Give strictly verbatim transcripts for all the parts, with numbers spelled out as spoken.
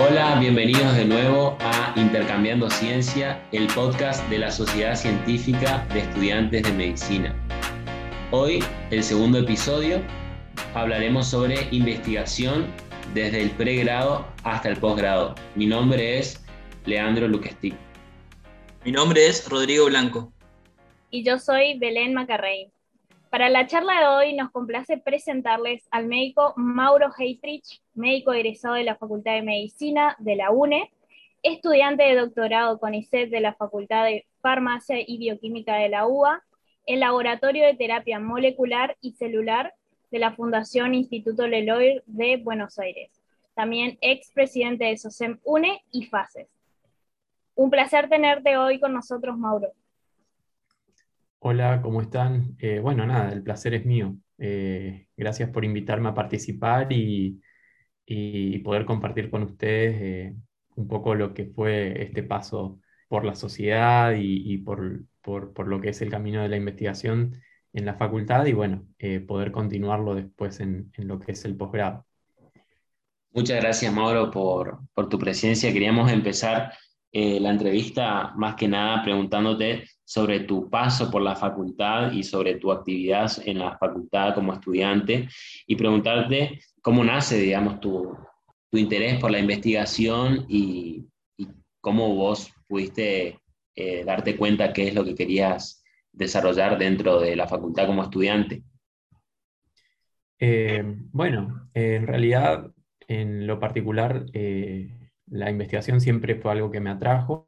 Hola, bienvenidos de nuevo a Intercambiando Ciencia, el podcast de la Sociedad Científica de Estudiantes de Medicina. Hoy, el segundo episodio, hablaremos sobre investigación desde el pregrado hasta el posgrado. Mi nombre es Leandro Luquestic. Mi nombre es Rodrigo Blanco. Y yo soy Belén Macarrey. Para la charla de hoy nos complace presentarles al médico Mauro Heistrich, médico egresado de la Facultad de Medicina de la UNE, estudiante de doctorado CONICET de la Facultad de Farmacia y Bioquímica de la U B A, el Laboratorio de Terapia Molecular y Celular de la Fundación Instituto Leloir de Buenos Aires, también expresidente de SOCEM UNE y FACES. Un placer tenerte hoy con nosotros, Mauro. Hola, ¿cómo están? Eh, bueno, nada, el placer es mío. Eh, gracias por invitarme a participar y, y poder compartir con ustedes eh, un poco lo que fue este paso por la sociedad y, y por, por, por lo que es el camino de la investigación en la facultad y bueno, eh, poder continuarlo después en, en lo que es el posgrado. Muchas gracias, Mauro, por, por tu presencia. Queríamos empezar eh, la entrevista más que nada preguntándote sobre tu paso por la facultad y sobre tu actividad en la facultad como estudiante y preguntarte cómo nace, digamos, tu, tu interés por la investigación y, y cómo vos pudiste eh, darte cuenta qué es lo que querías desarrollar dentro de la facultad como estudiante. Eh, bueno, eh, en realidad, en lo particular, eh, la investigación siempre fue algo que me atrajo,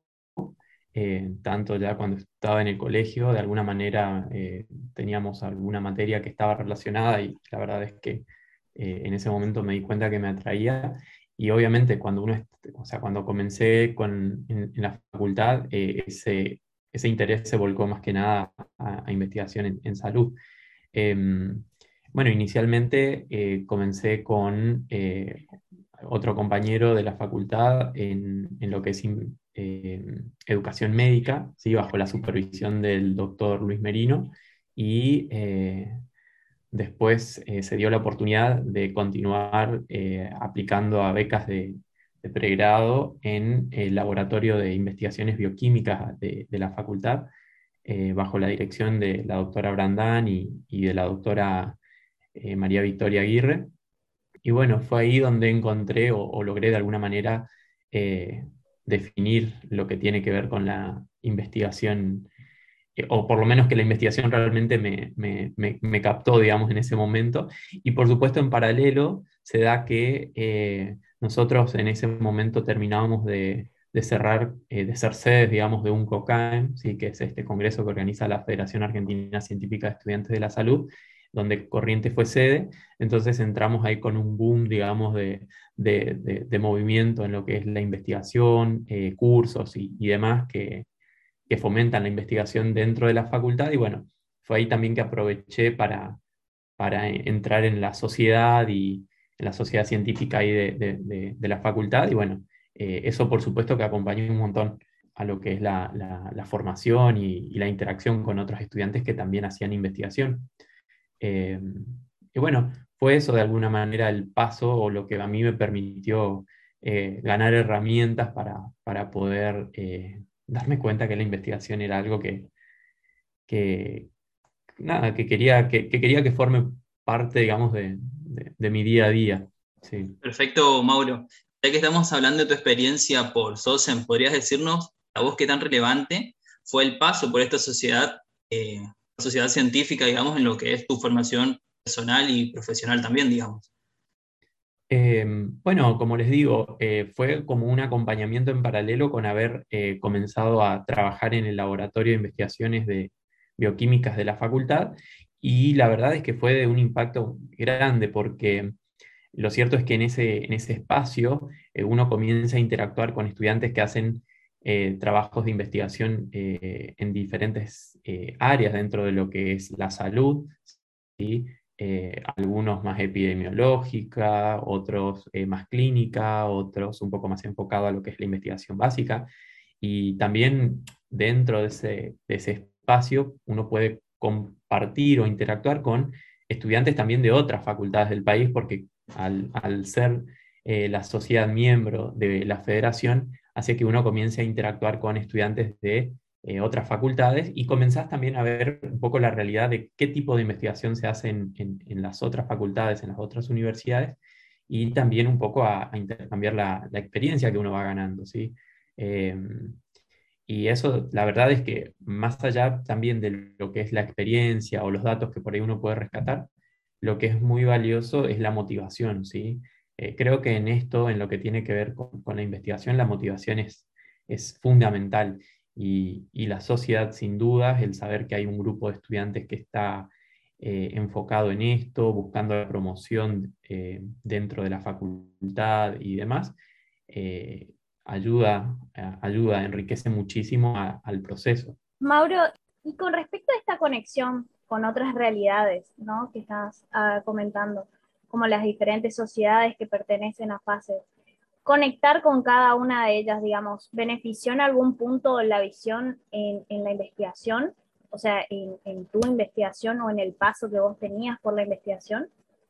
eh, tanto ya cuando estaba en el colegio, de alguna manera eh, teníamos alguna materia que estaba relacionada y la verdad es que eh, en ese momento me di cuenta que me atraía y obviamente cuando uno, est- o sea, cuando comencé con, en, en la facultad, eh, ese, ese interés se volcó más que nada a, a investigación en, en salud. Em, bueno, inicialmente eh, comencé con eh, otro compañero de la facultad en, en lo que es in- eh, educación médica, ¿sí? Bajo la supervisión del doctor Luis Merino, y eh, después eh, se dio la oportunidad de continuar eh, aplicando a becas de, de pregrado en el Laboratorio de Investigaciones Bioquímicas de, de la facultad, eh, bajo la dirección de la doctora Brandán y, y de la doctora eh, María Victoria Aguirre. Y bueno, fue ahí donde encontré o, o logré de alguna manera eh, definir lo que tiene que ver con la investigación, eh, o por lo menos que la investigación realmente me, me- me- me captó, digamos, en ese momento. Y por supuesto, en paralelo, se da que eh, nosotros en ese momento terminábamos de, de cerrar, eh, de ser sedes, digamos, de un COCAEM, ¿sí? Que es este congreso que organiza la Federación Argentina Científica de Estudiantes de la Salud, donde Corrientes fue sede. Entonces entramos ahí con un boom, digamos, de, de- de- de movimiento en lo que es la investigación, eh, cursos y, y demás que, que fomentan la investigación dentro de la facultad. Y bueno, fue ahí también que aproveché para, para e- entrar en la sociedad y en la sociedad científica ahí de, de- de- de la facultad. Y bueno, eh, eso por supuesto que acompañó un montón a lo que es la, la- la formación y, y la interacción con otros estudiantes que también hacían investigación. Eh, y bueno, fue eso de alguna manera el paso o lo que a mí me permitió eh, ganar herramientas para, para poder eh, darme cuenta que la investigación era algo que, que nada, que quería que, que quería que forme parte, digamos, de, de- de mi día a día. Sí. Perfecto, Mauro. Ya que estamos hablando de tu experiencia por SOCEM, ¿podrías decirnos a vos qué tan relevante fue el paso por esta sociedad, eh, sociedad científica, digamos, en lo que es tu formación personal y profesional también, digamos? Eh, bueno, como les digo, eh, fue como un acompañamiento en paralelo con haber eh, comenzado a trabajar en el laboratorio de investigaciones de bioquímicas de la facultad y la verdad es que fue de un impacto grande porque lo cierto es que en ese, en ese espacio eh, uno comienza a interactuar con estudiantes que hacen eh, trabajos de investigación eh, en diferentes eh, áreas dentro de lo que es la salud, ¿sí? Eh, algunos más epidemiológica, otros eh, más clínica, otros un poco más enfocados a lo que es la investigación básica. Y también dentro de ese, de ese espacio uno puede compartir o interactuar con estudiantes también de otras facultades del país, porque al, al ser eh, la sociedad miembro de la federación hace que uno comience a interactuar con estudiantes de eh, otras facultades y comenzás también a ver un poco la realidad de qué tipo de investigación se hace en, en- en las otras facultades, en las otras universidades, y también un poco a, a intercambiar la, la experiencia que uno va ganando, ¿sí? Eh, y eso, la verdad es que más allá también de lo que es la experiencia o los datos que por ahí uno puede rescatar, lo que es muy valioso es la motivación, ¿sí? Eh, creo que en esto, en lo que tiene que ver con, con la investigación, la motivación es, es fundamental. Y, y la sociedad, sin duda, el saber que hay un grupo de estudiantes que está eh, enfocado en esto, buscando la promoción eh, dentro de la facultad y demás, eh, ayuda, eh, ayuda, enriquece muchísimo a- al proceso. Mauro, y con respecto a esta conexión con otras realidades, ¿no? Que estás ah, comentando, como las diferentes sociedades que pertenecen a FACES, conectar con cada una de ellas, digamos, ¿benefició en algún punto la visión en, en la investigación? O sea, en, en tu investigación o en el paso que vos tenías por la investigación.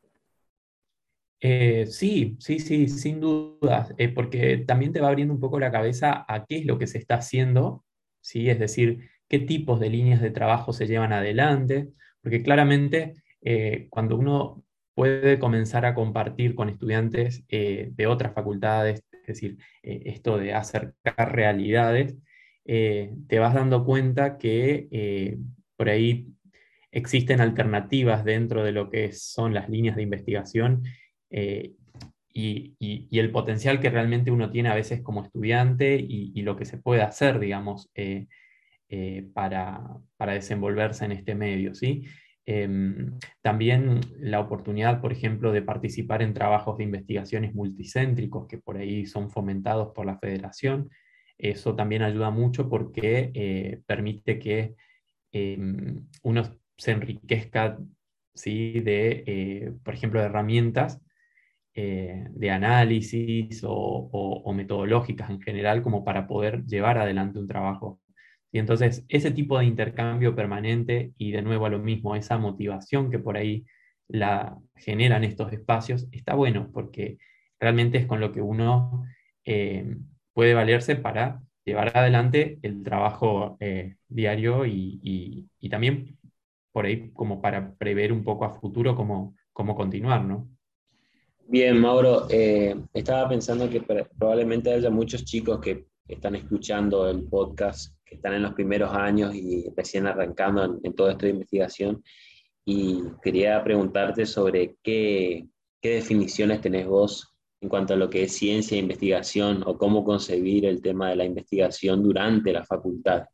Eh, sí, sí, sí, sin duda, eh, porque también te va abriendo un poco la cabeza a qué es lo que se está haciendo, ¿sí? Es decir, qué tipos de líneas de trabajo se llevan adelante, porque claramente eh, cuando uno puede comenzar a compartir con estudiantes eh, de otras facultades, es decir, eh, esto de acercar realidades, eh, te vas dando cuenta que eh, por ahí existen alternativas dentro de lo que son las líneas de investigación eh, y, y- y el potencial que realmente uno tiene a veces como estudiante y, y lo que se puede hacer, digamos, eh, eh, para, para desenvolverse en este medio, ¿sí? Em, también la oportunidad, por ejemplo, de participar en trabajos de investigaciones multicéntricos que por ahí son fomentados por la federación, eso también ayuda mucho porque eh, permite que em, uno se enriquezca, ¿sí? de, eh, por ejemplo, de herramientas eh, de análisis o, o- o metodológicas en general como para poder llevar adelante un trabajo. Y entonces ese tipo de intercambio permanente y de nuevo a lo mismo, esa motivación que por ahí la generan estos espacios, está bueno porque realmente es con lo que uno eh, puede valerse para llevar adelante el trabajo eh, diario y, y- y también por ahí como para prever un poco a futuro cómo, cómo continuar, ¿no? Bien, Mauro, eh, estaba pensando que pre- probablemente haya muchos chicos que están escuchando el podcast, que están en los primeros años y recién arrancando en, en todo esto de investigación, y quería preguntarte sobre qué, qué definiciones tenés vos en cuanto a lo que es ciencia e investigación o cómo concebir el tema de la investigación durante la facultad.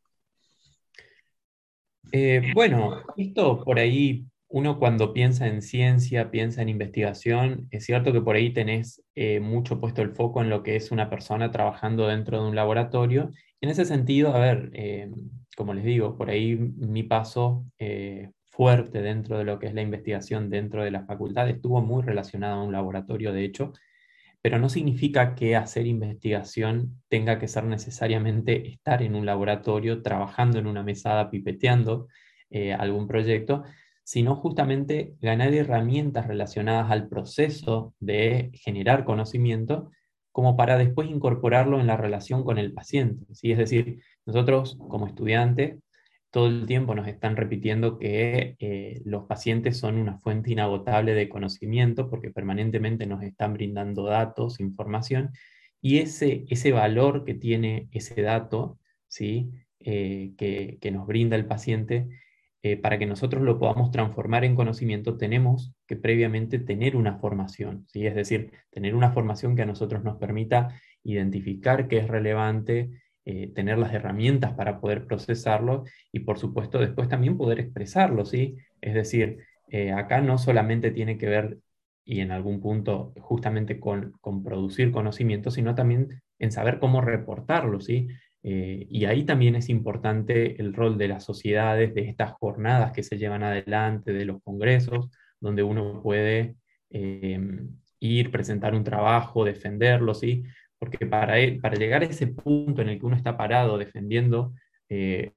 Eh, bueno, esto por ahí, uno cuando piensa en ciencia, piensa en investigación, es cierto que por ahí tenés eh, mucho puesto el foco en lo que es una persona trabajando dentro de un laboratorio. En ese sentido, a ver, eh, como les digo, por ahí mi paso eh, fuerte dentro de lo que es la investigación dentro de la facultad estuvo muy relacionado a un laboratorio, de hecho, pero no significa que hacer investigación tenga que ser necesariamente estar en un laboratorio, trabajando en una mesada, pipeteando eh, algún proyecto, sino justamente ganar herramientas relacionadas al proceso de generar conocimiento como para después incorporarlo en la relación con el paciente, ¿sí? Es decir, nosotros como estudiantes todo el tiempo nos están repitiendo que eh, los pacientes son una fuente inagotable de conocimiento porque permanentemente nos están brindando datos, información, y ese, ese valor que tiene ese dato, ¿sí? Eh, que, que nos brinda el paciente, eh, para que nosotros lo podamos transformar en conocimiento, tenemos que previamente tener una formación, ¿sí? Es decir, tener una formación que a nosotros nos permita identificar qué es relevante, eh, tener las herramientas para poder procesarlo y por supuesto después también poder expresarlo, ¿sí? Es decir, eh, acá no solamente tiene que ver y en algún punto justamente con, con producir conocimiento, sino también en saber cómo reportarlo, ¿sí? Eh, y ahí también es importante el rol de las sociedades, de estas jornadas que se llevan adelante, de los congresos, donde uno puede eh, ir, presentar un trabajo, defenderlo, ¿sí? Porque para, él- para llegar a ese punto en el que uno está parado defendiendo eh,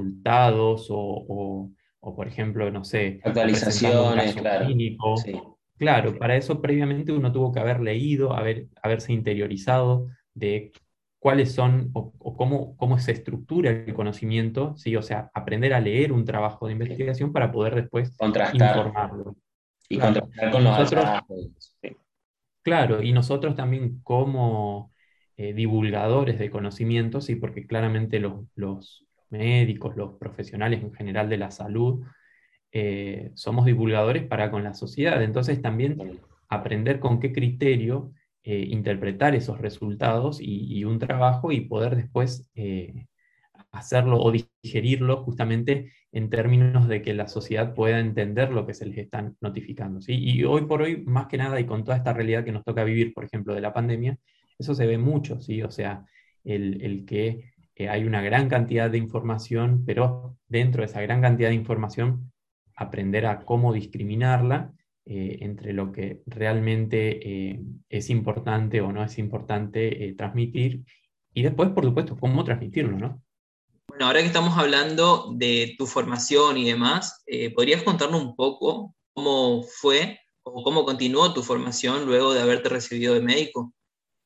resultados o, o- o, por ejemplo, no sé, o presentando un Actualizaciones, caso claro. clínico, Sí. claro, para eso previamente uno tuvo que haber leído, haber, haberse interiorizado de cuáles son o, o cómo, cómo se estructura el conocimiento, ¿sí? O sea, aprender a leer un trabajo de investigación para poder después Contrastar informarlo. y Claro. contrastar Y con los nosotros, hallazgos. Sí. claro, y nosotros también como eh, divulgadores de conocimientos, sí, porque claramente los, los médicos, los profesionales en general de la salud, eh, somos divulgadores para con la sociedad. Entonces también aprender con qué criterio eh, interpretar esos resultados y, y un trabajo y poder después eh, hacerlo o digerirlo justamente en términos de que la sociedad pueda entender lo que se les está notificando, ¿sí? Y hoy por hoy, más que nada, y con toda esta realidad que nos toca vivir, por ejemplo, de la pandemia, eso se ve mucho, ¿sí? O sea, el, el que eh, hay una gran cantidad de información, pero dentro de esa gran cantidad de información, aprender a cómo discriminarla eh, entre lo que realmente eh, es importante o no es importante eh, transmitir, y después, por supuesto, cómo transmitirlo, ¿no? Bueno, ahora que estamos hablando de tu formación y demás, eh, ¿podrías contarnos un poco cómo fue o cómo continuó tu formación luego de haberte recibido de médico?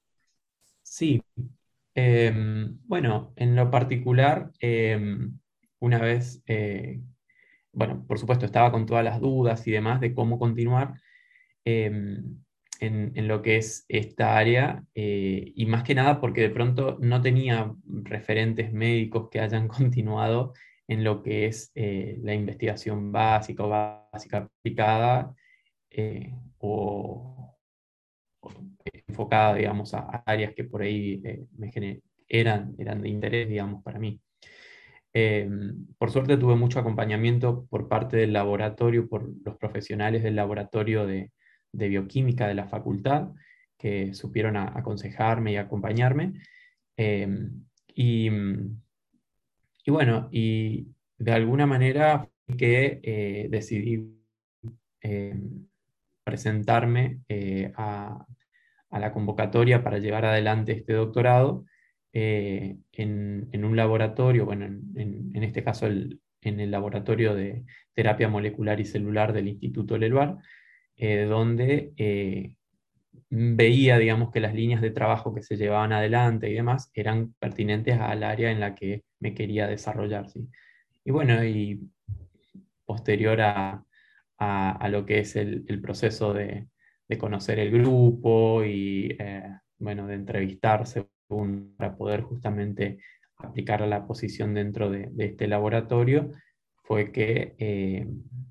Sí, eh, bueno, en lo particular, eh, una vez, eh, bueno, por supuesto, estaba con todas las dudas y demás de cómo continuar eh, en, en lo que es esta área, eh, y más que nada porque de pronto no tenía referentes médicos que hayan continuado en lo que es eh, la investigación básica o básica aplicada, eh, o enfocada, digamos, a áreas que por ahí eh, me gener- eran, eran de interés, digamos, para mí. Eh, por suerte tuve mucho acompañamiento por parte del laboratorio, por los profesionales del laboratorio de, de bioquímica de la facultad, que supieron a- aconsejarme y acompañarme. Eh, y, y bueno, y de alguna manera fue que eh, decidí eh, presentarme eh, a, a la convocatoria para llevar adelante este doctorado eh, en, en un laboratorio, bueno, en, en- en este caso el- en el laboratorio de terapia molecular y celular del Instituto Lelvar, eh, donde eh, veía, digamos, que las líneas de trabajo que se llevaban adelante y demás eran pertinentes al área en la que me quería desarrollar, ¿sí? Y bueno, y posterior a, a- a lo que es el, el proceso de, de conocer el grupo y eh, bueno, de entrevistarse un- para poder justamente aplicar a la posición dentro de, de este laboratorio, fue que eh,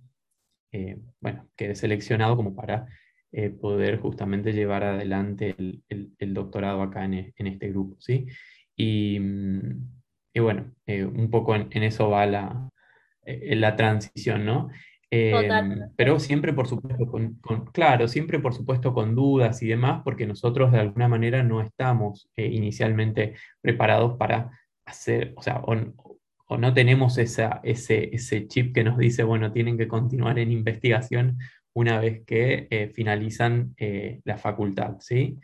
eh, bueno, quedé seleccionado como para eh, poder justamente llevar adelante el, el- el doctorado acá en, e- en este grupo, ¿sí? Y, mm, y bueno, eh, un poco en, en eso va la, eh, la transición, ¿no? Eh, Totalmente. pero siempre, por supuesto, con, con- claro, siempre, por supuesto, con dudas y demás, porque nosotros de alguna manera no estamos eh, inicialmente preparados para hacer, o sea, o, o no tenemos esa, ese, ese chip que nos dice, bueno, tienen que continuar en investigación una vez que eh, finalizan eh, la facultad, ¿sí?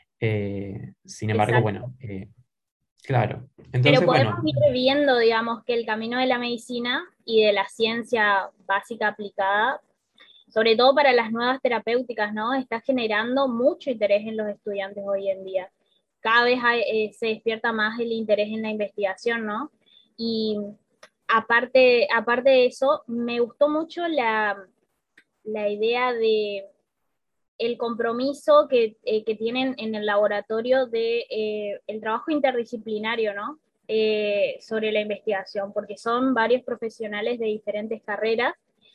Eh, sin embargo, Exacto. bueno, eh, claro. Pero Entonces, podemos bueno, ir viendo, digamos, que el camino de la medicina y de la ciencia básica aplicada, sobre todo para las nuevas terapéuticas, ¿no? Está generando mucho interés en los estudiantes hoy en día. Cada vez hay, eh, se despierta más el interés en la investigación, ¿no? Y aparte, aparte de eso, me gustó mucho la, la idea de el compromiso que, eh, que tienen en el laboratorio de eh, el trabajo interdisciplinario, ¿no? Eh, sobre la investigación, porque son varios profesionales de diferentes carreras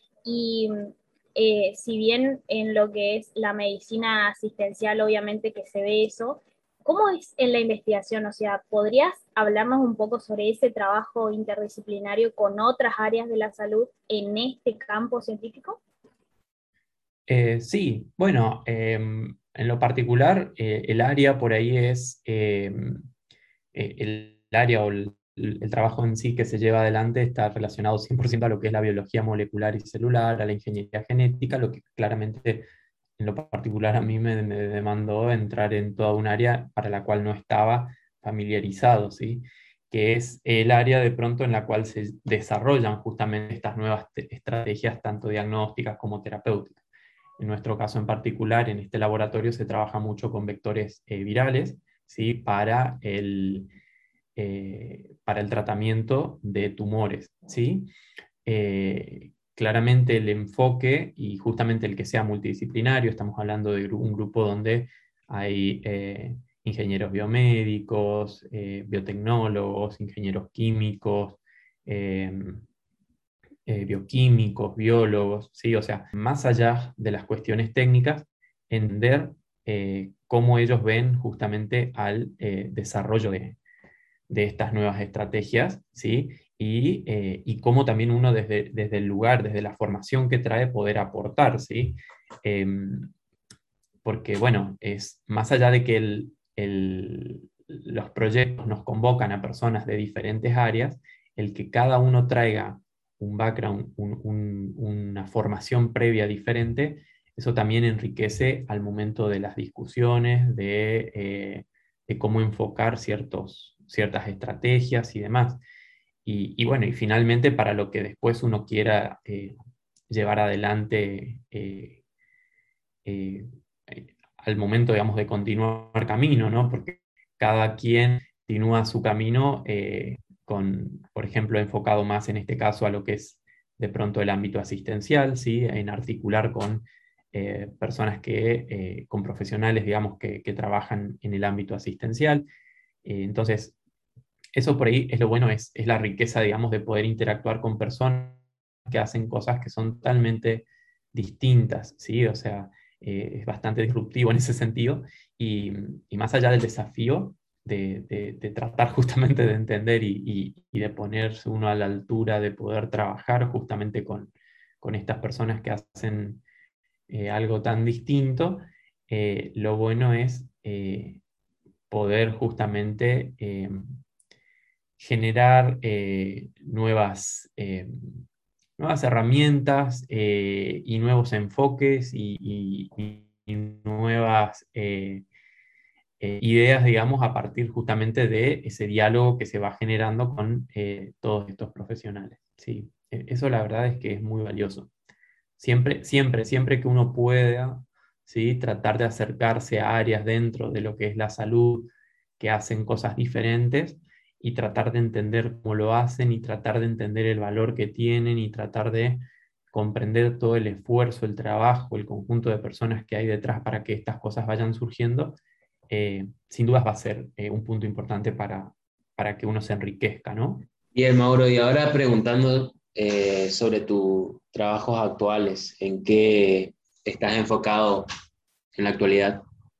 y eh, si bien en lo que es la medicina asistencial, obviamente que se ve eso, ¿cómo es en la investigación? O sea, ¿podrías hablarnos un poco sobre ese trabajo interdisciplinario con otras áreas de la salud en este campo científico? Eh, sí, bueno, em, en lo particular, eh, el área por ahí es em, eh, el área o el, el trabajo en sí que se lleva adelante está relacionado cien por ciento a lo que es la biología molecular y celular, a la ingeniería genética, lo que claramente en lo particular a mí me, me demandó entrar en toda un área para la cual no estaba familiarizado, ¿sí? Que es el área de pronto en la cual se desarrollan justamente estas nuevas te- estrategias, tanto diagnósticas como terapéuticas. En nuestro caso en particular, en este laboratorio se trabaja mucho con vectores eh, virales, ¿sí? para, el, eh, para el tratamiento de tumores, ¿sí? Eh, claramente el enfoque, y justamente el que sea multidisciplinario, estamos hablando de un grupo donde hay eh, ingenieros biomédicos, eh, biotecnólogos, ingenieros químicos, eh, eh, bioquímicos, biólogos, ¿sí? O sea, más allá de las cuestiones técnicas, entender eh, cómo ellos ven justamente al eh, desarrollo de, de estas nuevas estrategias, ¿sí? Y, eh, y cómo también uno desde, desde el lugar, desde la formación que trae, poder aportar, ¿sí? Em, porque, bueno, es más allá de que el, el- los proyectos nos convocan a personas de diferentes áreas, el que cada uno traiga un background, un- un- una formación previa diferente, eso también enriquece al momento de las discusiones, de, eh, de cómo enfocar ciertos, ciertas estrategias y demás. Y, y bueno, y finalmente para lo que después uno quiera eh, llevar adelante eh, eh, eh, al momento, digamos, de continuar camino, ¿no? Porque cada quien continúa su camino eh, con, por ejemplo, enfocado más en este caso a lo que es de pronto el ámbito asistencial, ¿sí? En articular con eh, personas que, eh, con profesionales, digamos, que, que trabajan en el ámbito asistencial. Eh, entonces, eso por ahí es lo bueno, es, es la riqueza, digamos, de poder interactuar con personas que hacen cosas que son totalmente distintas, ¿sí? O sea, eh, es bastante disruptivo en ese sentido, y, y más allá del desafío de, de- de tratar justamente de entender y, y- y de ponerse uno a la altura de poder trabajar justamente con, con estas personas que hacen eh, algo tan distinto, eh, lo bueno es eh, poder justamente eh, generar eh, nuevas, eh, nuevas herramientas eh, y nuevos enfoques y, y- y nuevas eh, eh, ideas, digamos, a partir justamente de ese diálogo que se va generando con eh, todos estos profesionales. Sí, E- eso la verdad es que es muy valioso. Siempre, siempre, siempre que uno pueda, ¿sí? Tratar de acercarse a áreas dentro de lo que es la salud que hacen cosas diferentes y tratar de entender cómo lo hacen y tratar de entender el valor que tienen y tratar de comprender todo el esfuerzo, el trabajo, el conjunto de personas que hay detrás para que estas cosas vayan surgiendo, eh, sin dudas va a ser eh, un punto importante para, para que uno se enriquezca, ¿no? Bien, Mauro, y ahora preguntando eh, sobre tus trabajos actuales, ¿en qué estás enfocado en la actualidad?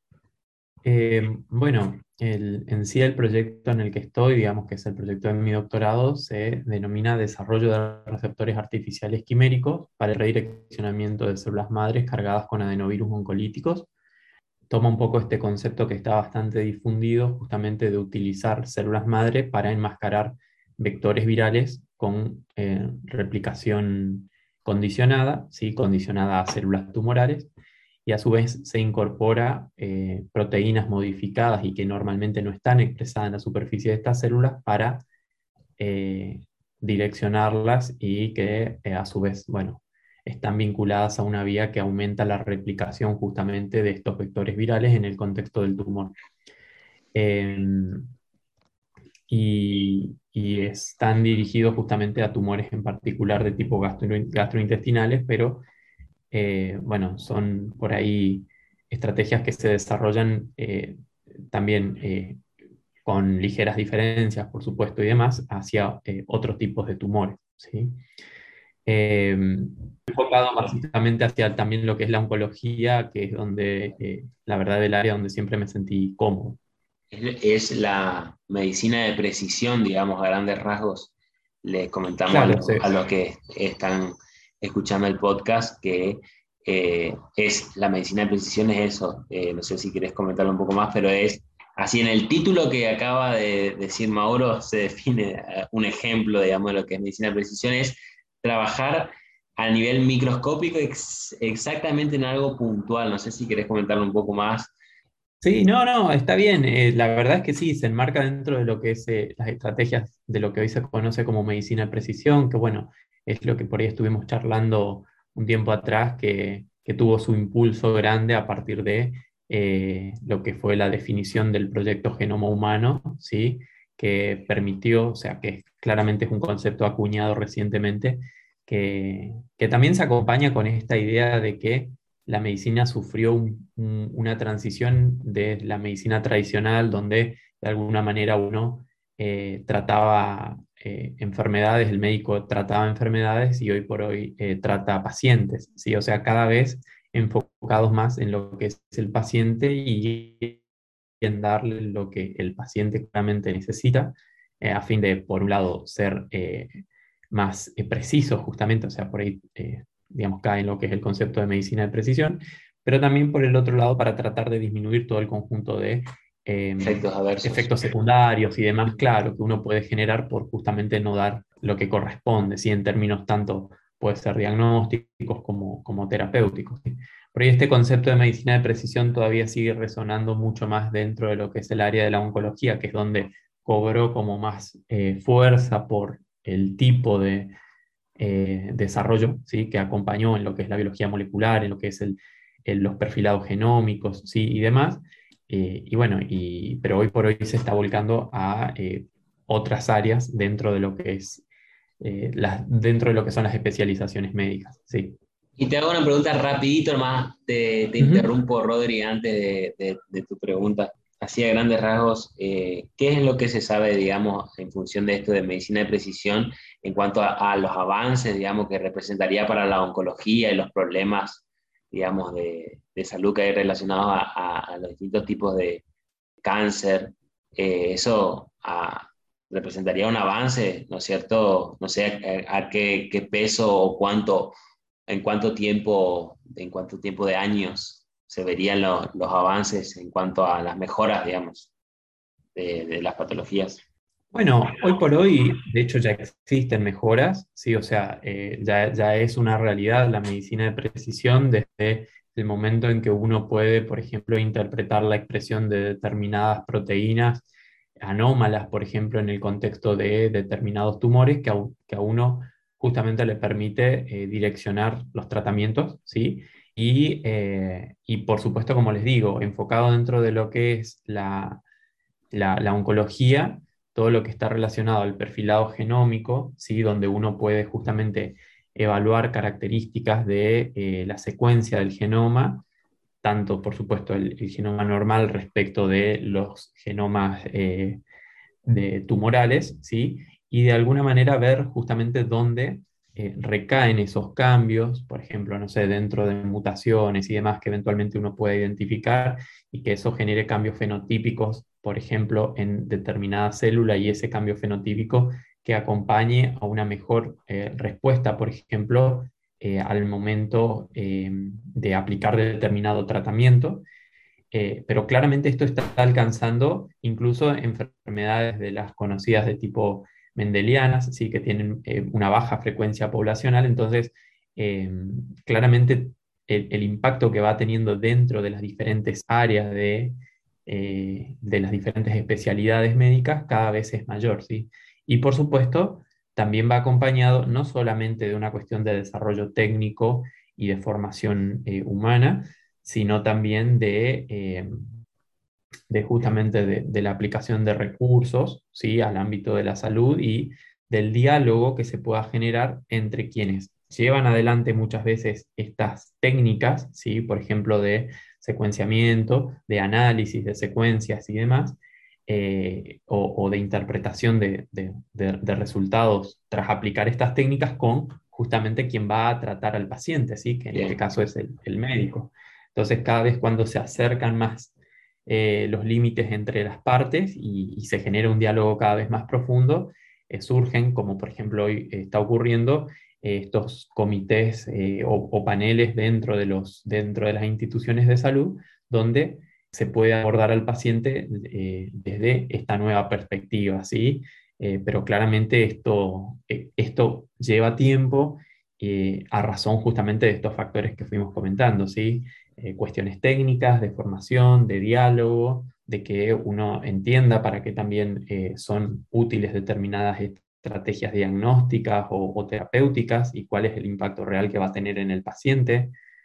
Eh, bueno, el- en sí el proyecto en el que estoy, digamos que es el proyecto de mi doctorado, se denomina Desarrollo de receptores artificiales quiméricos para el redireccionamiento de células madres cargadas con adenovirus oncolíticos. Toma un poco este concepto que está bastante difundido, justamente de utilizar células madre para enmascarar vectores virales con eh, replicación condicionada, ¿sí? Condicionada a células tumorales, y a su vez se incorpora eh, proteínas modificadas y que normalmente no están expresadas en la superficie de estas células para eh, direccionarlas y que eh, a su vez, bueno, están vinculadas a una vía que aumenta la replicación justamente de estos vectores virales en el contexto del tumor. Eh, y, y están dirigidos justamente a tumores en particular de tipo gastro, gastrointestinales, pero eh, bueno, son por ahí estrategias que se desarrollan eh, también eh, con ligeras diferencias, por supuesto, y demás, hacia eh, otros tipos de tumores, ¿sí? Eh, enfocado básicamente hacia también lo que es la oncología, que es donde, eh, la verdad, el área donde siempre me sentí cómodo. Es, es la medicina de precisión, digamos, a grandes rasgos. Les comentamos a, Claro, lo- sí. a los que están escuchando el podcast que eh, es la medicina de precisión, es eso. Eh, no sé si querés comentarlo un poco más, pero es así en el título que acaba de decir Mauro, se define eh, un ejemplo, digamos, de lo que es medicina de precisión, es trabajar a nivel microscópico ex- exactamente en algo puntual. No sé si querés comentarlo un poco más. Sí, no, no, está bien. Eh, la verdad es que sí, se enmarca dentro de lo que es eh, las estrategias de lo que hoy se conoce como medicina de precisión, que bueno, es lo que por ahí estuvimos charlando un tiempo atrás, que, que tuvo su impulso grande a partir de eh, lo que fue la definición del proyecto Genoma Humano, ¿sí? Que permitió, o sea, que claramente es un concepto acuñado recientemente, que, que también se acompaña con esta idea de que la medicina sufrió un- un- una transición de la medicina tradicional, donde de alguna manera uno eh, trataba eh, enfermedades, el médico trataba enfermedades y hoy por hoy eh, trata pacientes, ¿sí? O sea, cada vez enfocados más en lo que es el paciente y en darle lo que el paciente claramente necesita, eh, a fin de, por un lado, ser eh, más eh, preciso justamente, o sea, por ahí, eh, digamos, cae en lo que es el concepto de medicina de precisión, pero también por el otro lado para tratar de disminuir todo el conjunto de eh, Efectos adversos. efectos secundarios y demás, claro, que uno puede generar por justamente no dar lo que corresponde, ¿sí? En términos tanto puede ser diagnósticos como, como terapéuticos, ¿sí? Por ahí este concepto de medicina de precisión todavía sigue resonando mucho más dentro de lo que es el área de la oncología, que es donde cobró como más eh, fuerza por el tipo de eh, desarrollo, ¿sí? Que acompañó en lo que es la biología molecular, en lo que es el, el- los perfilados genómicos, ¿sí? Y demás. Eh, y bueno, y, pero hoy por hoy se está volcando a eh, otras áreas dentro de lo que es eh, las, dentro de lo que son las especializaciones médicas, ¿sí? Y te hago una pregunta rapidito nomás, te, te Ujú. interrumpo, Rodri, antes de, de- de tu pregunta. Así a grandes rasgos, eh, ¿qué es lo que se sabe, digamos, en función de esto de medicina de precisión en cuanto a, a los avances, digamos, que representaría para la oncología y los problemas, digamos, de, de salud que hay relacionados a, a- a los distintos tipos de cáncer? Eh, eso ah, representaría un avance, ¿no es cierto? No sé a, a qué, qué peso o cuánto en cuánto tiempo, en cuánto tiempo de años se verían lo- los avances en cuanto a las mejoras, digamos, de, de las patologías. Bueno, hoy por hoy, de hecho, ya existen mejoras, ¿sí? O sea, eh, ya, ya es una realidad la medicina de precisión desde el momento en que uno puede, por ejemplo, interpretar la expresión de determinadas proteínas anómalas, por ejemplo, en el contexto de determinados tumores, que a, u- que a uno justamente le permite eh, direccionar los tratamientos, ¿sí? Y, eh, y por supuesto, como les digo, enfocado dentro de lo que es la la, la oncología, todo lo que está relacionado al perfilado genómico, ¿sí? Donde uno puede justamente evaluar características de eh, la secuencia del genoma, tanto por supuesto el, el genoma normal respecto de los genomas eh, de tumorales, ¿sí? Y de alguna manera ver justamente dónde eh, recaen esos cambios, por ejemplo, no sé, dentro de mutaciones y demás que eventualmente uno puede identificar y que eso genere cambios fenotípicos, por ejemplo, en determinada célula y ese cambio fenotípico que acompañe a una mejor eh, respuesta, por ejemplo, eh, al momento eh, de aplicar determinado tratamiento. Eh, pero claramente esto está alcanzando incluso enfermedades de las conocidas de tipo mendelianas, ¿sí? Que tienen eh, una baja frecuencia poblacional. Entonces, eh, claramente el, el impacto que va teniendo dentro de las diferentes áreas de, eh, de las diferentes especialidades médicas cada vez es mayor, ¿sí? Y por supuesto, también va acompañado no solamente de una cuestión de desarrollo técnico y de formación eh, humana, sino también de, eh, de justamente de, de la aplicación de recursos, ¿sí? Al ámbito de la salud y del diálogo que se pueda generar entre quienes llevan adelante muchas veces estas técnicas, ¿sí? Por ejemplo, de secuenciamiento, de análisis de secuencias y demás, eh, o, o de interpretación de, de- de- de resultados tras aplicar estas técnicas con justamente quien va a tratar al paciente, ¿sí? Que en este Bien, caso es el, el médico. Entonces, cada vez cuando se acercan más eh, los límites entre las partes y, y se genera un diálogo cada vez más profundo, eh, surgen, como por ejemplo hoy está ocurriendo, eh, estos comités eh, o, o paneles dentro de los, dentro de las instituciones de salud, donde se puede abordar al paciente eh, desde esta nueva perspectiva, ¿sí? Eh, pero claramente esto, eh, esto lleva tiempo eh, a razón justamente de estos factores que fuimos comentando, ¿sí? Eh, cuestiones técnicas, de formación, de diálogo, de que uno entienda para qué también eh, son útiles determinadas estrategias diagnósticas o, o terapéuticas y cuál es el impacto real que va a tener en el paciente.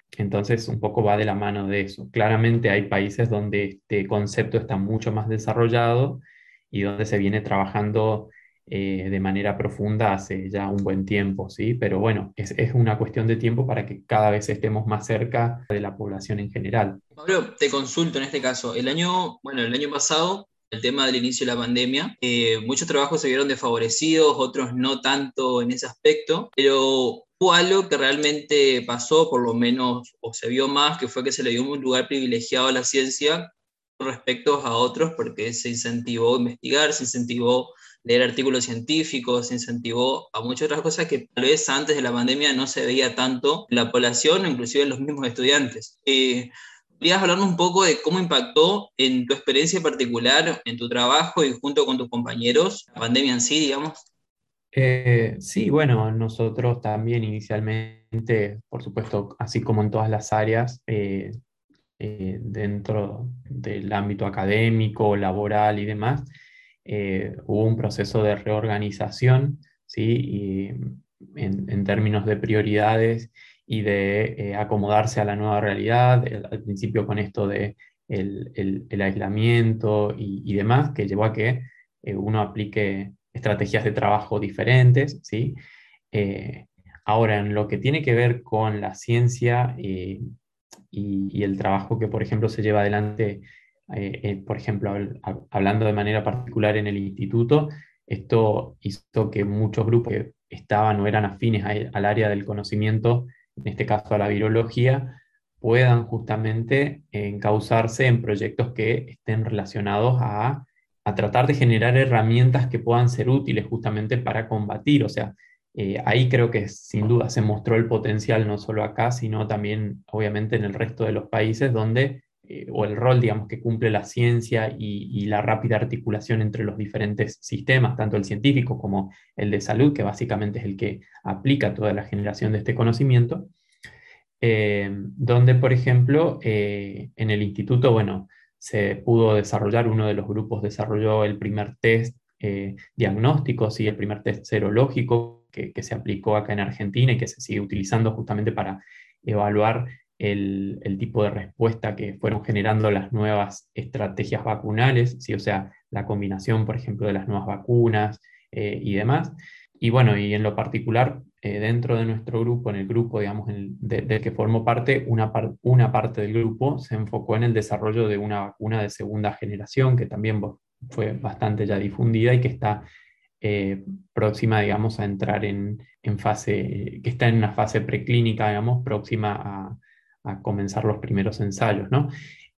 Entonces, un poco va de la mano de eso. Claramente hay países donde este concepto está mucho más desarrollado y donde se viene trabajando eh, de manera profunda hace ya un buen tiempo, ¿sí? Pero bueno, es, es una cuestión de tiempo para que cada vez estemos más cerca de la población en general. Pablo, te consulto en este caso. El año, bueno, el año pasado, el tema del inicio de la pandemia, eh, muchos trabajos se vieron desfavorecidos, otros no tanto en ese aspecto, pero hubo algo que realmente pasó, por lo menos, o se vio más, que fue que se le dio un lugar privilegiado a la ciencia con respecto a otros, porque se incentivó a investigar, se incentivó leer artículos científicos, se incentivó a muchas otras cosas que tal vez antes de la pandemia no se veía tanto en la población, inclusive en los mismos estudiantes. Eh, ¿Podrías hablarnos un poco de cómo impactó en tu experiencia particular, en tu trabajo y junto con tus compañeros, la pandemia en sí, digamos? Eh, sí, bueno, nosotros también inicialmente, por supuesto, así como en todas las áreas, eh, eh, dentro del ámbito académico, laboral y demás, eh, hubo un proceso de reorganización, ¿sí? Y en, en términos de prioridades y de eh, acomodarse a la nueva realidad, el- al principio con esto de el, el- el aislamiento y, y demás, que llevó a que eh, uno aplique estrategias de trabajo diferentes, ¿sí? Eh, Ahora, en lo que tiene que ver con la ciencia, eh, y, y el trabajo que, por ejemplo, se lleva adelante, eh, eh, por ejemplo, habl- hab- hablando de manera particular en el instituto, esto hizo que muchos grupos que estaban o eran afines a- al área del conocimiento, en este caso a la virología, puedan justamente encauzarse en proyectos que estén relacionados a, a tratar de generar herramientas que puedan ser útiles justamente para combatir, o sea, eh, ahí creo que sin duda se mostró el potencial no solo acá, sino también obviamente en el resto de los países donde, eh, o el rol, digamos, que cumple la ciencia y, y la rápida articulación entre los diferentes sistemas, tanto el científico como el de salud, que básicamente es el que aplica toda la generación de este conocimiento, eh, donde, por ejemplo, eh, en el instituto, bueno, se pudo desarrollar, uno de los grupos desarrolló el primer test eh, diagnóstico, ¿sí? El primer test serológico que, que se aplicó acá en Argentina y que se sigue utilizando justamente para evaluar el, el tipo de respuesta que fueron generando las nuevas estrategias vacunales, ¿sí? O sea, la combinación, por ejemplo, de las nuevas vacunas eh, y demás. Y bueno, y en lo particular, eh, dentro de nuestro grupo, en el grupo, digamos, en el- de- del que formó parte, una, par- una parte del grupo se enfocó en el desarrollo de una vacuna de segunda generación, que también bo- fue bastante ya difundida y que está eh, próxima, digamos, a entrar en, en fase, que está en una fase preclínica, digamos, próxima a, a comenzar los primeros ensayos, ¿no?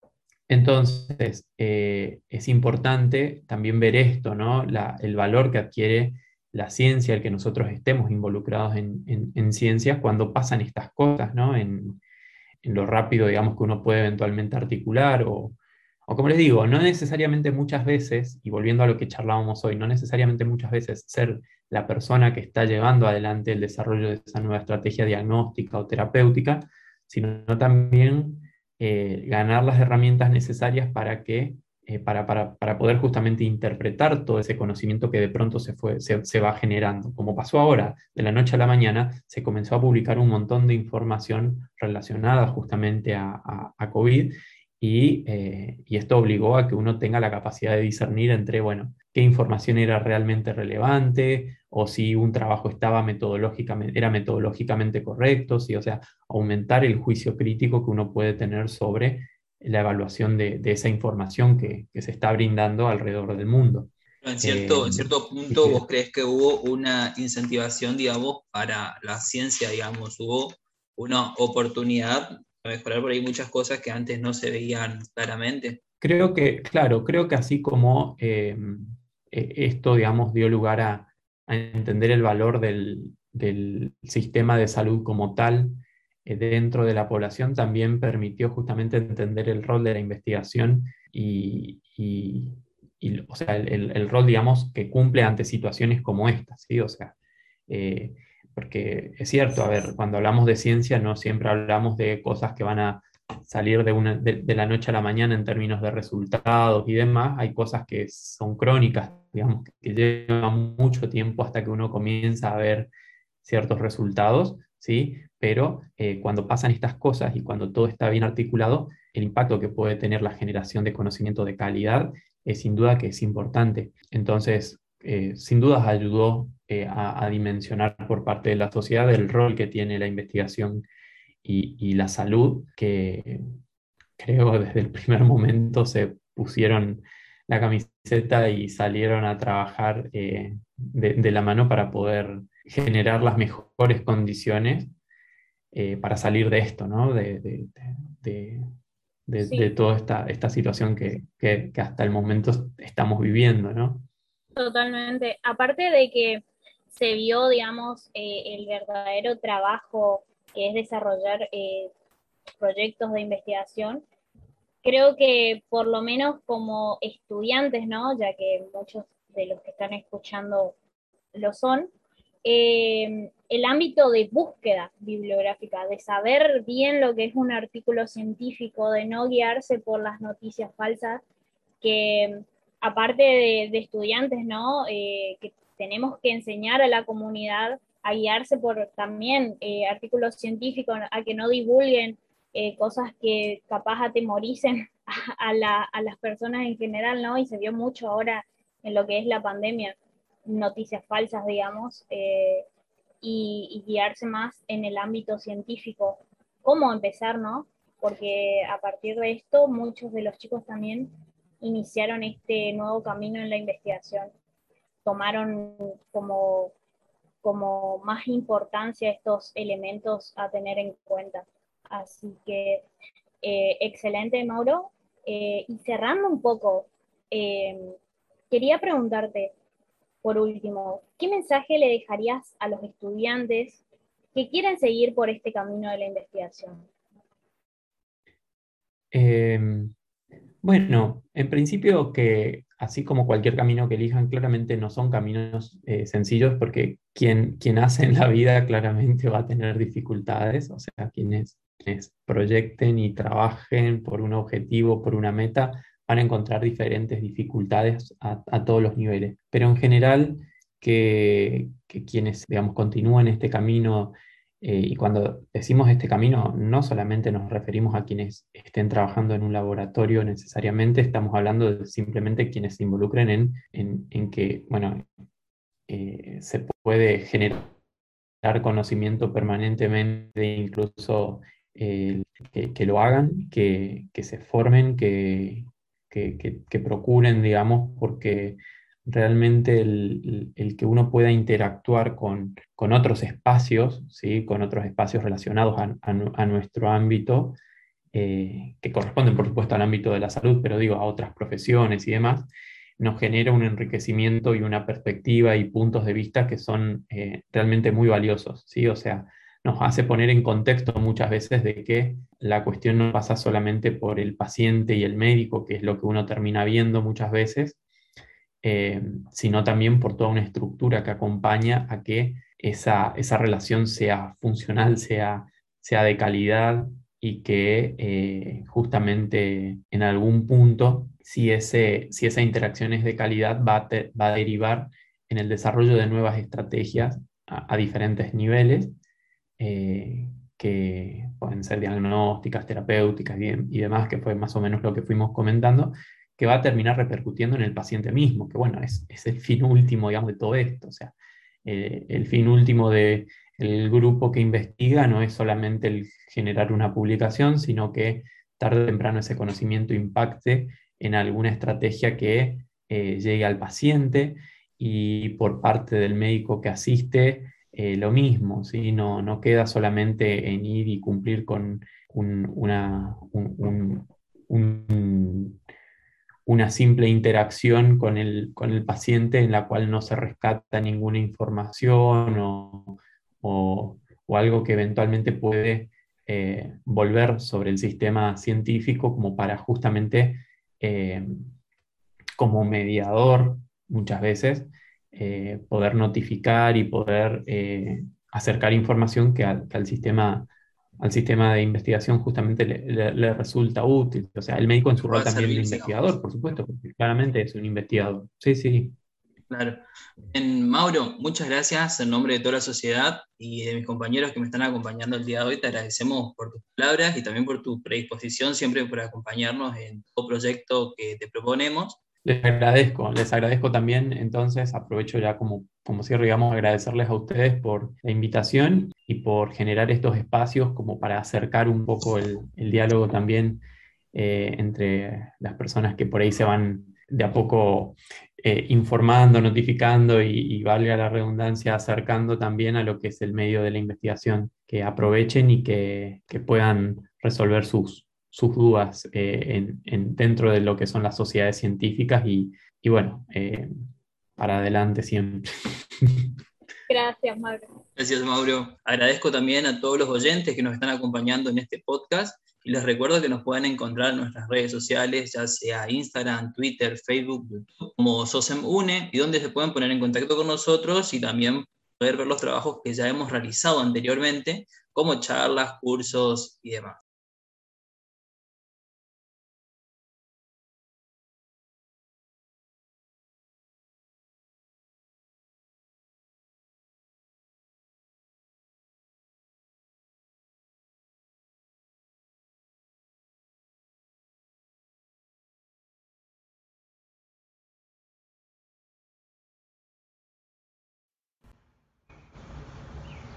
Entonces, eh, es importante también ver esto, ¿no? La- el valor que adquiere la ciencia, el que nosotros estemos involucrados en, en- en ciencias cuando pasan estas cosas, ¿no? En, en lo rápido, digamos, que uno puede eventualmente articular o, o como les digo, no necesariamente muchas veces, y volviendo a lo que charlábamos hoy, no necesariamente muchas veces ser la persona que está llevando adelante el desarrollo de esa nueva estrategia diagnóstica o terapéutica, sino también eh, ganar las herramientas necesarias para que, eh, para, para, para poder justamente interpretar todo ese conocimiento que de pronto se, fue, se, se va generando. Como pasó ahora, de la noche a la mañana, se comenzó a publicar un montón de información relacionada justamente a, a, a COVID y, eh, y esto obligó a que uno tenga la capacidad de discernir entre, bueno, qué información era realmente relevante o si un trabajo estaba metodológicamente, era metodológicamente correcto, sí, o sea, aumentar el juicio crítico que uno puede tener sobre la evaluación de, de esa información que, que, se está brindando alrededor del mundo. En Eh, cierto, en cierto así punto, que ¿vos crees que hubo una incentivación, digamos, para la ciencia, digamos? ¿Hubo una oportunidad para mejorar por ahí muchas cosas que antes no se veían claramente? creo que, claro, creo que así como eh, eh, esto, digamos, dio lugar a, a entender el valor del, del sistema de salud como tal eh, dentro de la población, también permitió justamente entender el rol de la investigación y, y- y, o sea, el, el- el rol, digamos, que cumple ante situaciones como estas, ¿sí? O sea, eh, porque es cierto, a ver, cuando hablamos de ciencia no siempre hablamos de cosas que van a salir de, una, de, de la noche a la mañana en términos de resultados y demás. Hay cosas que son crónicas, digamos, que llevan mucho tiempo hasta que uno comienza a ver ciertos resultados, ¿sí? Pero eh, cuando pasan estas cosas y cuando todo está bien articulado, el impacto que puede tener la generación de conocimiento de calidad es sin duda que es importante. Entonces, eh, sin duda ayudó eh, a, a dimensionar por parte de la sociedad el rol que tiene la investigación y, y la salud, que creo desde el primer momento se pusieron la camiseta y salieron a trabajar eh, de, de la mano para poder generar las mejores condiciones eh, para salir de esto, ¿no? De, de, de, de, de Sí, toda esta, esta situación que, que, que hasta el momento estamos viviendo, ¿no? totalmente. Aparte de que se vio, digamos, eh, el verdadero trabajo que es desarrollar eh, proyectos de investigación, creo que por lo menos como estudiantes, ¿no? Ya que muchos de los que están escuchando lo son, eh, el ámbito de búsqueda bibliográfica, de saber bien lo que es un artículo científico, de no guiarse por las noticias falsas, que aparte de, de estudiantes, ¿no? Eh, que tenemos que enseñar a la comunidad a guiarse por también eh, artículos científicos, a que no divulguen eh, cosas que capaz atemoricen a, a, la, a las personas en general, ¿no? Y se vio mucho ahora en lo que es la pandemia, noticias falsas, digamos, eh, y, y guiarse más en el ámbito científico. ¿Cómo empezar, no? Porque a partir de esto muchos de los chicos también iniciaron este nuevo camino en la investigación, tomaron como, como más importancia estos elementos a tener en cuenta. Así que eh, excelente, Mauro. Eh, y cerrando un poco, eh, quería preguntarte, por último, ¿qué mensaje le dejarías a los estudiantes que quieren seguir por este camino de la investigación? Eh, bueno, en principio que así como cualquier camino que elijan, claramente no son caminos eh, sencillos porque quien, quien hace en la vida claramente va a tener dificultades, o sea, quienes, quienes proyecten y trabajen por un objetivo, por una meta, van a encontrar diferentes dificultades a, a todos los niveles. Pero en general, que, que quienes, digamos, continúen este camino eh, y cuando decimos este camino, no solamente nos referimos a quienes estén trabajando en un laboratorio necesariamente, estamos hablando de simplemente quienes se involucren en, en, en que, bueno, eh, se puede generar conocimiento permanentemente, incluso eh, que, que lo hagan, que, que se formen, que, que, que- que procuren, digamos, porque realmente el, el que uno pueda interactuar con, con otros espacios, ¿sí? Con otros espacios relacionados a, a nu- a nuestro ámbito, eh, que corresponden, por supuesto, al ámbito de la salud, pero digo, a otras profesiones y demás, nos genera un enriquecimiento y una perspectiva y puntos de vista que son eh, realmente muy valiosos, ¿sí? O sea, nos hace poner en contexto muchas veces de que la cuestión no pasa solamente por el paciente y el médico, que es lo que uno termina viendo muchas veces, eh, sino también por toda una estructura que acompaña a que esa, esa relación sea funcional, sea, sea de calidad y que eh, justamente en algún punto, si, ese, si esa interacción es de calidad, va a, te- va a derivar en el desarrollo de nuevas estrategias a, a diferentes niveles, eh, que pueden ser diagnósticas, terapéuticas y, y demás, que fue más o menos lo que fuimos comentando, que va a terminar repercutiendo en el paciente mismo, que bueno, es, es el fin último, digamos, de todo esto. O sea, eh, el fin último del grupo que investiga no es solamente el generar una publicación, sino que tarde o temprano ese conocimiento impacte en alguna estrategia que eh, llegue al paciente y por parte del médico que asiste, eh, lo mismo, ¿sí? No, no queda solamente en ir y cumplir con un, una, un, un, un, una simple interacción con el, con el paciente en la cual no se rescata ninguna información o, o, o algo que eventualmente puede eh, volver sobre el sistema científico como para justamente eh, como mediador muchas veces eh, poder notificar y poder eh, acercar información que al, que al sistema al sistema de investigación justamente le, le- le resulta útil. O sea, el médico en su rol Pueda también de servir, investigador, digamos. por supuesto, porque claramente es un investigador. Sí, sí. Claro. En Mauro, muchas gracias en nombre de toda la sociedad y de mis compañeros que me están acompañando el día de hoy. Te agradecemos por tus palabras y también por tu predisposición siempre por acompañarnos en todo proyecto que te proponemos. Les agradezco, les agradezco también, entonces aprovecho ya como, como cierre, digamos, agradecerles a ustedes por la invitación y por generar estos espacios como para acercar un poco el, el diálogo también eh, entre las personas que por ahí se van de a poco eh, informando, notificando y, y, valga la redundancia, acercando también a lo que es el medio de la investigación, que aprovechen y que, que puedan resolver sus, sus dudas eh, en, en, dentro de lo que son las sociedades científicas y, y bueno, eh, para adelante siempre. Gracias, Mauro. Gracias, Mauro. Agradezco también a todos los oyentes que nos están acompañando en este podcast y les recuerdo que nos pueden encontrar en nuestras redes sociales, ya sea Instagram, Twitter, Facebook, YouTube, como SOSEMUNE, y donde se pueden poner en contacto con nosotros y también poder ver los trabajos que ya hemos realizado anteriormente, como charlas, cursos y demás.